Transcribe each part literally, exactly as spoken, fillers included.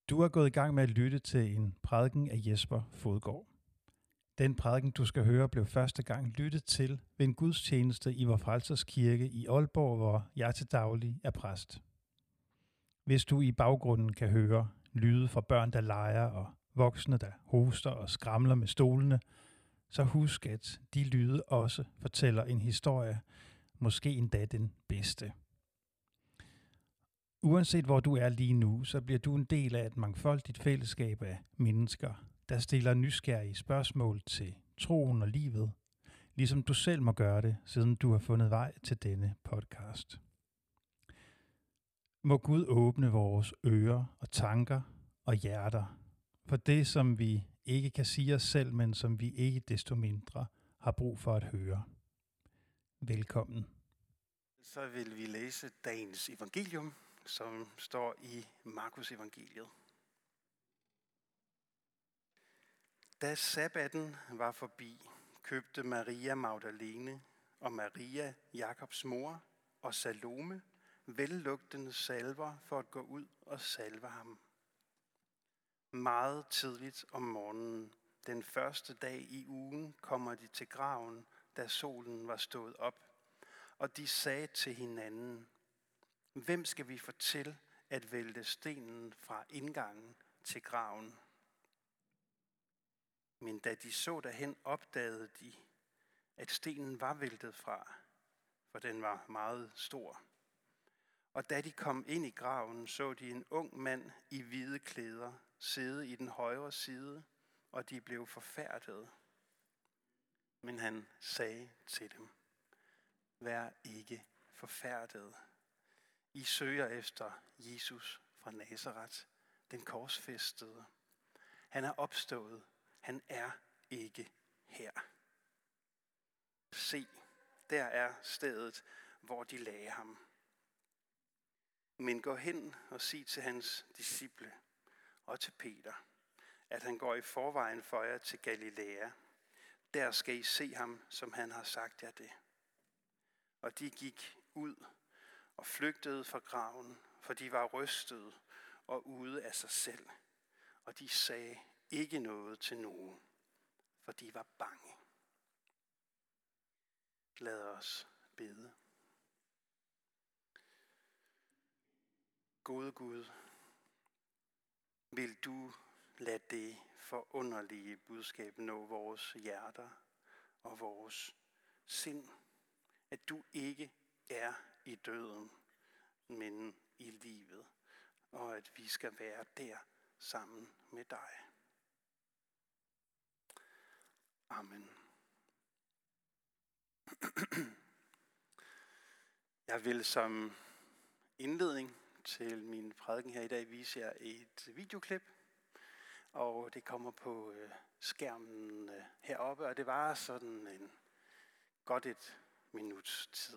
Du er gået i gang med at lytte til en prædiken af Jesper Fodgaard. Den prædiken, du skal høre, blev første gang lyttet til ved en gudstjeneste i Vor Frelsers Kirke i Aalborg, hvor jeg til daglig er præst. Hvis du i baggrunden kan høre lyde fra børn, der leger, og voksne, der hoster og skramler med stolene, så husk, at de lyde også fortæller en historie, måske endda den bedste. Uanset hvor du er lige nu, så bliver du en del af et mangfoldigt fællesskab af mennesker, der stiller nysgerrige spørgsmål til troen og livet, ligesom du selv må gøre det, siden du har fundet vej til denne podcast. Må Gud åbne vores ører og tanker og hjerter for det, som vi ikke kan sige os selv, men som vi ikke desto mindre har brug for at høre. Velkommen. Så vil vi læse dagens evangelium, som står i Markus evangeliet. Da sabbaten var forbi, købte Maria Magdalene og Maria, Jakobs mor, og Salome vellugtende salver for at gå ud og salve ham. Meget tidligt om morgenen, den første dag i ugen, kommer de til graven, da solen var stået op, og de sagde til hinanden: Hvem skal vi få til at vælte stenen fra indgangen til graven? Men da de så derhen, opdagede de, at stenen var væltet fra, for den var meget stor. Og da de kom ind i graven, så de en ung mand i hvide klæder sidde i den højre side, og de blev forfærdede. Men han sagde til dem: Vær ikke forfærdede. I søger efter Jesus fra Nazaret, den korsfæstede. Han er opstået. Han er ikke her. Se, der er stedet, hvor de lagde ham. Men gå hen og sig til hans disciple og til Peter, at han går i forvejen for jer til Galilea. Der skal I se ham, som han har sagt jer det. Og de gik ud og flygtede fra graven, for de var rystede og ude af sig selv. Og de sagde ikke noget til nogen, for de var bange. Lad os bede. Gode Gud, vil du lade det forunderlige budskab nå vores hjerter og vores sind, at du ikke er i døden, men i livet, og at vi skal være der sammen med dig. Amen. Jeg vil som indledning til min prædiken her i dag vise jer et videoklip, og det kommer på skærmen heroppe, og det varer sådan en godt et minuts tid.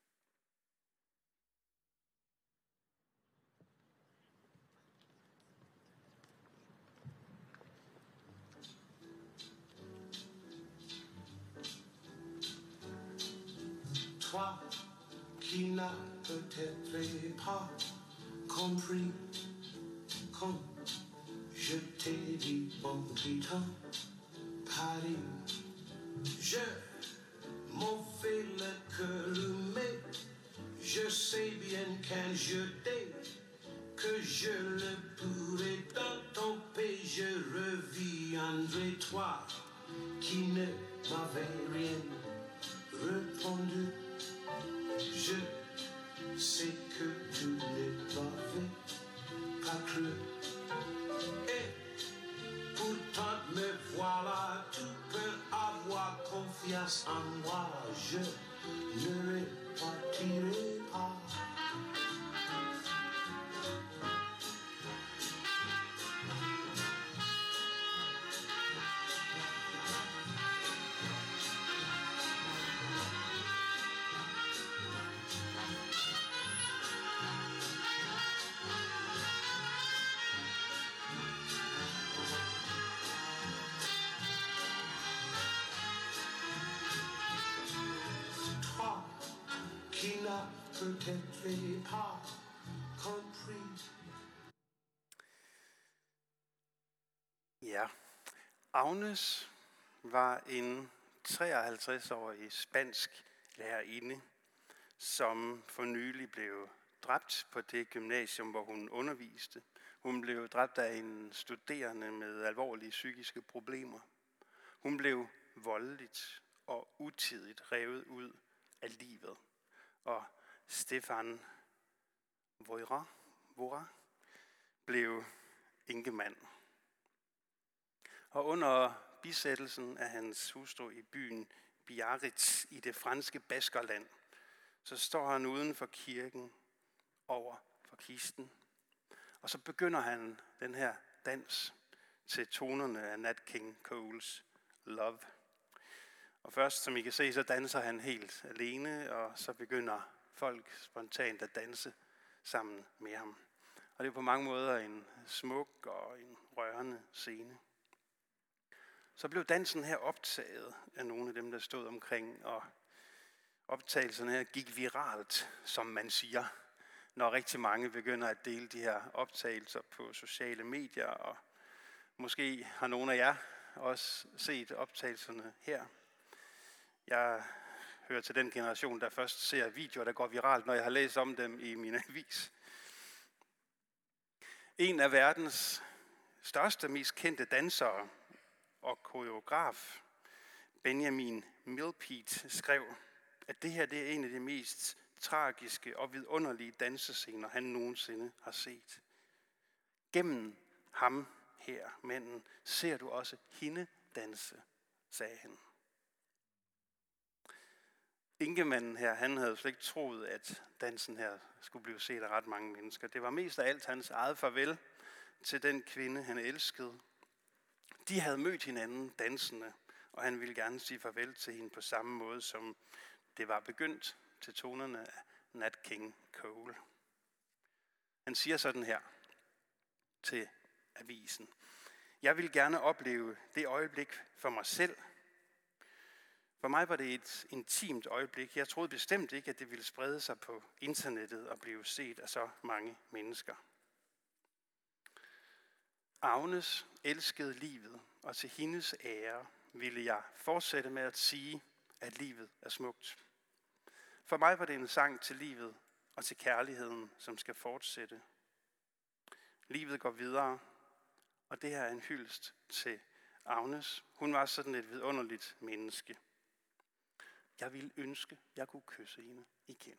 Toi qui n'as peut-être pas compris quand je t'ai dit bon temps Paris, je m'en fais le cœur, mais je sais bien qu'un jour dès que je le pourrai dans ton pays, je reviendrai. Toi qui ne m'avais rien répondu, je sais que tu ne m'avais pas cru. Et pourtant me voilà, tu peux avoir confiance en moi. Je ne repartirai pas. Qui n'a peut-être pas compris. Ja, Agnes var en treoghalvtreds-årig spansk lærerinde, som for nylig blev dræbt på det gymnasium, hvor hun underviste. Hun blev dræbt af en studerende med alvorlige psykiske problemer. Hun blev voldeligt og utidigt revet ud af livet. Og Stefan Voira, Voira blev enkemand. Og under bisættelsen af hans hustru i byen Biarritz i det franske Baskerland, så står han uden for kirken over for kisten. Og så begynder han den her dans til tonerne af Nat King Cole's Love. Og først, som I kan se, så danser han helt alene, og så begynder folk spontant at danse sammen med ham. Og det er på mange måder en smuk og en rørende scene. Så blev dansen her optaget af nogle af dem, der stod omkring, og optagelserne her gik viralt, som man siger, når rigtig mange begynder at dele de her optagelser på sociale medier, og måske har nogle af jer også set optagelserne her. Jeg hører til den generation, der først ser videoer, der går viralt, når jeg har læst om dem i min avis. En af verdens største, mest kendte dansere og koreograf, Benjamin Millepied, skrev, at det her det er en af de mest tragiske og vidunderlige dansescener, han nogensinde har set. Gennem ham her, manden, ser du også hende danse, sagde han. Enkemanden her, han havde slet ikke troet, at dansen her skulle blive set af ret mange mennesker. Det var mest af alt hans eget farvel til den kvinde, han elskede. De havde mødt hinanden dansende, og han ville gerne sige farvel til hende på samme måde, som det var begyndt til tonerne af Nat King Cole. Han siger sådan her til avisen: Jeg vil gerne opleve det øjeblik for mig selv. For mig var det et intimt øjeblik. Jeg troede bestemt ikke, at det ville sprede sig på internettet og blive set af så mange mennesker. Agnes elskede livet, og til hendes ære ville jeg fortsætte med at sige, at livet er smukt. For mig var det en sang til livet og til kærligheden, som skal fortsætte. Livet går videre, og det her er en hyldest til Agnes. Hun var sådan et vidunderligt menneske. Jeg ville ønske, jeg kunne kysse hende igen.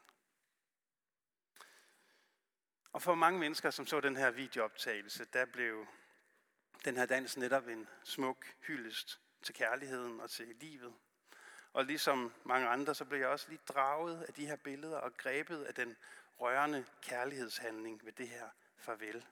Og for mange mennesker, som så den her videooptagelse, der blev den her dans netop en smuk hyldest til kærligheden og til livet. Og ligesom mange andre, så blev jeg også lige draget af de her billeder og grebet af den rørende kærlighedshandling ved det her farvel.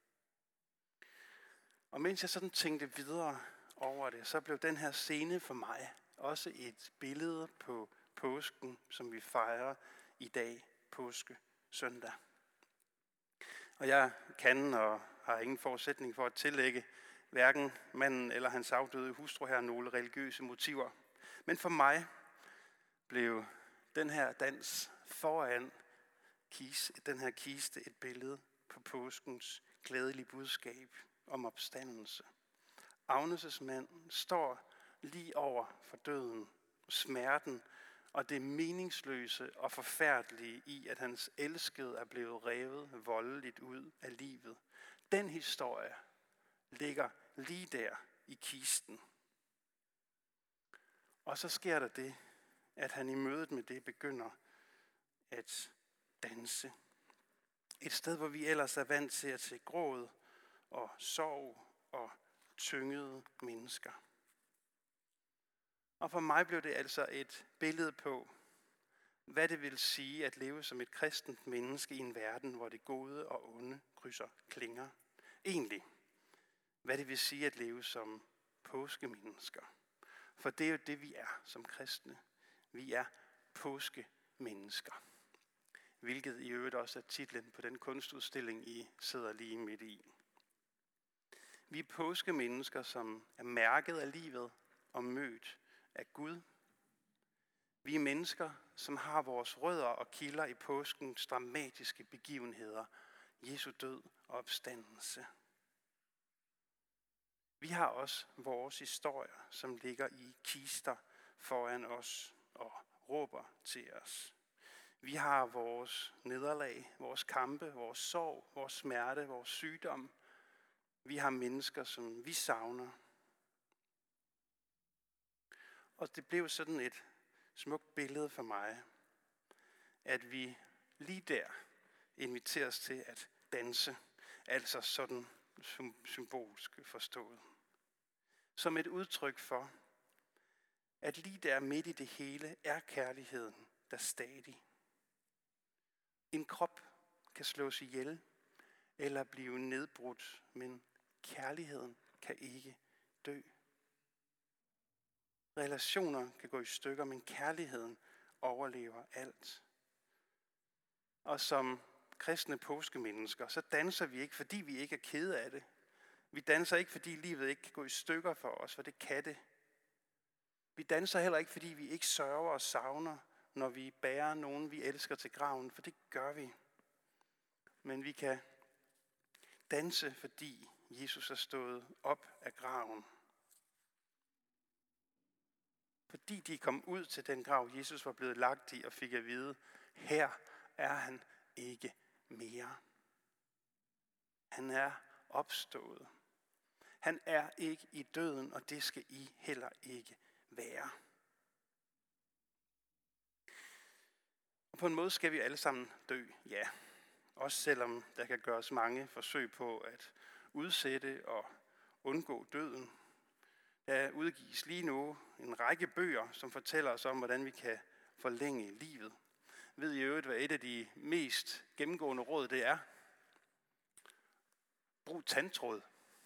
Og mens jeg sådan tænkte videre over det, så blev den her scene for mig også et billede på påsken, som vi fejrer i dag, påske søndag. Og jeg kan og har ingen forudsætning for at tillægge hverken manden eller hans afdøde hustru her nogle religiøse motiver. Men for mig blev den her dans foran kis, den her kiste et billede på påskens glædelige budskab om opstandelse. Agnes' mand står lige over for døden, smerten og det meningsløse og forfærdelige i, at hans elskede er blevet revet voldeligt ud af livet. Den historie ligger lige der i kisten. Og så sker der det, at han i mødet med det begynder at danse. Et sted, hvor vi ellers er vant til at se gråd og sorg og tyngede mennesker. Og for mig blev det altså et billede på, hvad det vil sige at leve som et kristent menneske i en verden, hvor det gode og onde krydser klinger. Egentlig, hvad det vil sige at leve som påskemennesker. For det er jo det, vi er som kristne. Vi er påskemennesker. Hvilket i øvrigt også er titlen på den kunstudstilling, I sidder lige midt i. Vi er påskemennesker, som er mærket af livet og mødt af Gud. Vi er mennesker, som har vores rødder og kilder i påskens dramatiske begivenheder, Jesu død og opstandelse. Vi har også vores historier, som ligger i kister foran os og råber til os. Vi har vores nederlag, vores kampe, vores sorg, vores smerte, vores sygdom. Vi har mennesker, som vi savner. Og det blev sådan et smukt billede for mig, at vi lige der inviteres til at danse, altså sådan symbolsk forstået. Som et udtryk for, at lige der midt i det hele er kærligheden der stadig. En krop kan slås ihjel eller blive nedbrudt, men kærligheden kan ikke dø. Relationer kan gå i stykker, men kærligheden overlever alt. Og som kristne påskemennesker, så danser vi ikke, fordi vi ikke er kede af det. Vi danser ikke, fordi livet ikke kan gå i stykker for os, for det kan det. Vi danser heller ikke, fordi vi ikke sørger og savner, når vi bærer nogen, vi elsker til graven, for det gør vi. Men vi kan danse, fordi Jesus er stået op af graven. Fordi de kom ud til den grav, Jesus var blevet lagt i, og fik at vide, her er han ikke mere. Han er opstået. Han er ikke i døden, og det skal I heller ikke være. Og på en måde skal vi alle sammen dø, ja. Også selvom der kan gøres mange forsøg på at udsætte og undgå døden. Der udgives lige nu en række bøger, som fortæller os om, hvordan vi kan forlænge livet. Ved I øvrigt, hvad et af de mest gennemgående råd det er? Brug tandtråd.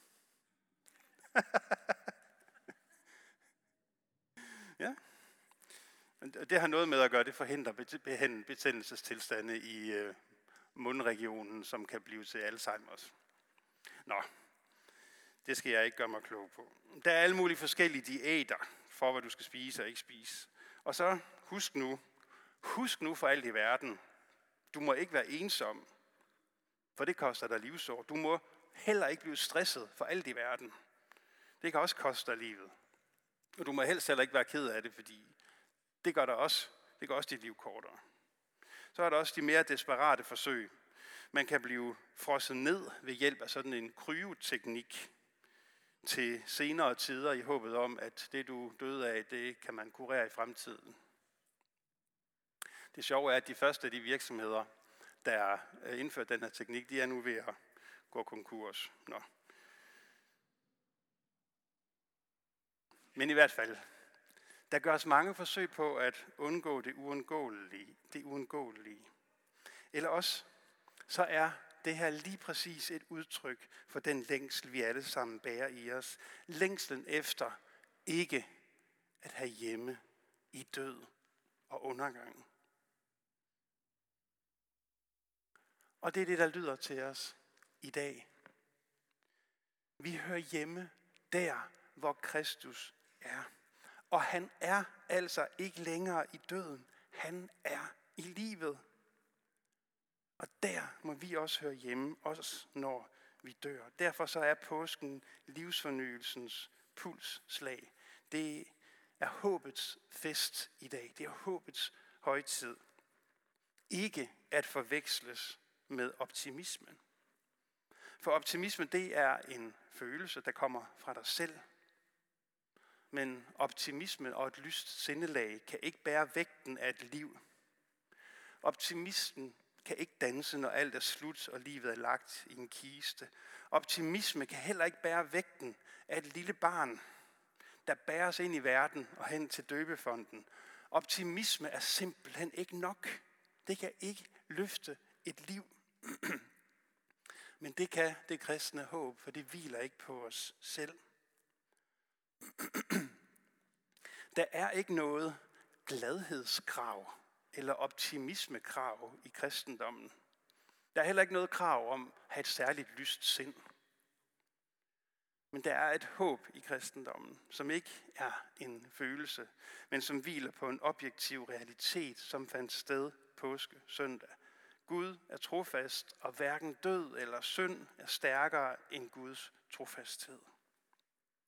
Ja. Det har noget med at gøre, det forhindrer betændelsestilstande i øh, mundregionen, som kan blive til Alzheimers. Nå, det skal jeg ikke gøre mig klog på. Der er alle mulige forskellige diæter for, hvad du skal spise og ikke spise. Og så husk nu, husk nu for alt i verden, du må ikke være ensom, for det koster dig livsår. Du må heller ikke blive stresset for alt i verden. Det kan også koste dig livet. Og du må helst heller ikke være ked af det, fordi det gør dig også, det gør også dit liv kortere. Så er der også de mere desperate forsøg. Man kan blive frosset ned ved hjælp af sådan en kryoteknik til senere tider i håbet om, at det du døde af, det kan man kurere i fremtiden. Det sjove er, at de første af de virksomheder, der indførte den her teknik, de er nu ved at gå konkurs. Nå. Men i hvert fald, der gøres mange forsøg på at undgå det uundgåelige. Det uundgåelige. Eller også, så er det her lige præcis et udtryk for den længsel, vi alle sammen bærer i os. Længslen efter ikke at have hjemme i død og undergang. Og det er det, der lyder til os i dag. Vi hører hjemme der, hvor Kristus er. Og han er altså ikke længere i døden. Han er i livet. Og der må vi også høre hjemme, også når vi dør. Derfor så er påsken livsfornyelsens pulsslag. Det er håbets fest i dag. Det er håbets højtid. Ikke at forveksles med optimismen. For optimisme, det er en følelse, der kommer fra dig selv. Men optimisme og et lyst sindelag kan ikke bære vægten af et liv. Optimismen kan ikke danse, når alt er slut og livet er lagt i en kiste. Optimisme kan heller ikke bære vægten af et lille barn, der bæres ind i verden og hen til døbefonden. Optimisme er simpelthen ikke nok. Det kan ikke løfte et liv. Men det kan det kristne håb, for det hviler ikke på os selv. Der er ikke noget gladhedskrav eller optimismekrav i kristendommen. Der er heller ikke noget krav om at have et særligt lyst sind. Men der er et håb i kristendommen, som ikke er en følelse, men som hviler på en objektiv realitet, som fandt sted påske søndag. Gud er trofast, og hverken død eller synd er stærkere end Guds trofasthed.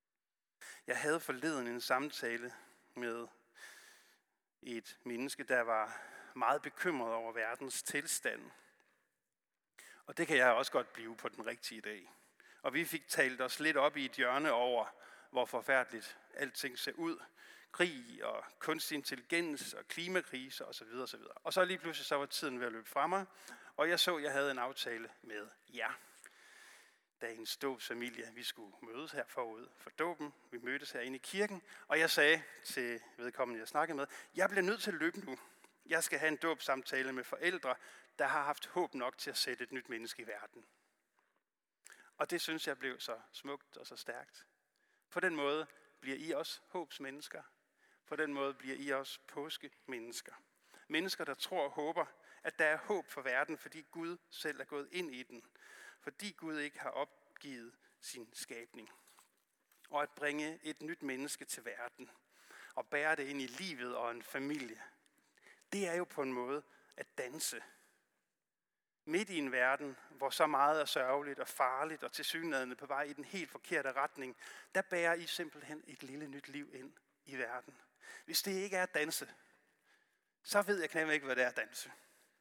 Jeg havde forleden en samtale med et menneske, der var meget bekymret over verdens tilstand. Og det kan jeg også godt blive på den rigtige dag. Og vi fik talt os lidt op i et hjørne over, hvor forfærdeligt alting ser ud. Krig og kunstig intelligens og klimakrise osv. osv. Og så lige pludselig så var tiden ved at løbe fra mig, og jeg så, at jeg havde en aftale med jer. Dagens dåbsfamilie, vi skulle mødes her forud for dåben. Vi mødtes herinde i kirken, og jeg sagde til vedkommende, jeg snakkede med, jeg bliver nødt til at løbe nu. Jeg skal have en dåbssamtale med forældre, der har haft håb nok til at sætte et nyt menneske i verden. Og det synes jeg blev så smukt og så stærkt. På den måde bliver I også håbsmennesker. På den måde bliver I også påskemennesker. Mennesker, der tror og håber, at der er håb for verden, fordi Gud selv er gået ind i den. Fordi Gud ikke har opgivet sin skabning. Og at bringe et nyt menneske til verden. Og bære det ind i livet og en familie. Det er jo på en måde at danse. Midt i en verden, hvor så meget er sørgeligt og farligt og tilsyneladende på vej i den helt forkerte retning, der bærer I simpelthen et lille nyt liv ind i verden. Hvis det ikke er at danse, så ved jeg knap ikke, hvad det er at danse.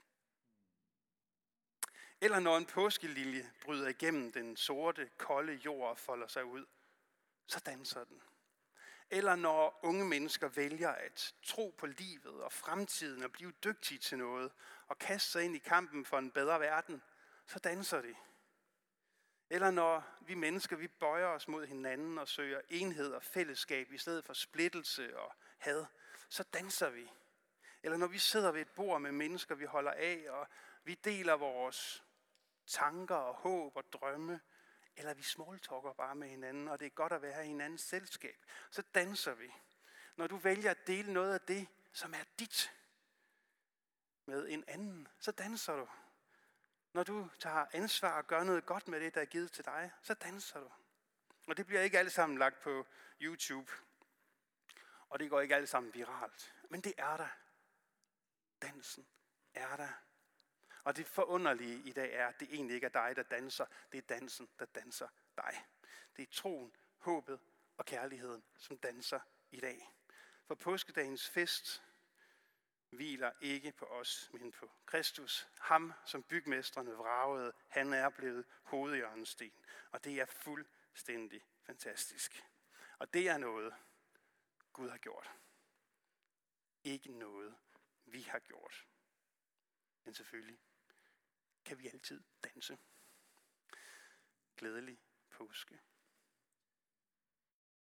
Eller når en påskelilje bryder igennem den sorte, kolde jord og folder sig ud, så danser den. Eller når unge mennesker vælger at tro på livet og fremtiden og blive dygtige til noget og kaste sig ind i kampen for en bedre verden, så danser de. Eller når vi mennesker, vi bøjer os mod hinanden og søger enhed og fællesskab i stedet for splittelse og had, så danser vi. Eller når vi sidder ved et bord med mennesker, vi holder af, og vi deler vores tanker og håb og drømme, eller vi smalltalker bare med hinanden, og det er godt at være i hinandens selskab, så danser vi. Når du vælger at dele noget af det, som er dit, med en anden, så danser du. Når du tager ansvar og gør noget godt med det, der er givet til dig, så danser du. Og det bliver ikke alle sammen lagt på YouTube, og det går ikke alle sammen viralt, men det er der. Dansen er der. Og det forunderlige i dag er, at det egentlig ikke er dig, der danser. Det er dansen, der danser dig. Det er troen, håbet og kærligheden, som danser i dag. For påskedagens fest hviler ikke på os, men på Kristus. Ham, som bygmestrene vragede, han er blevet hovedhjørnesten. Og det er fuldstændig fantastisk. Og det er noget, Gud har gjort. Ikke noget, vi har gjort. Men selvfølgelig kan vi altid danse. Glædelig påske.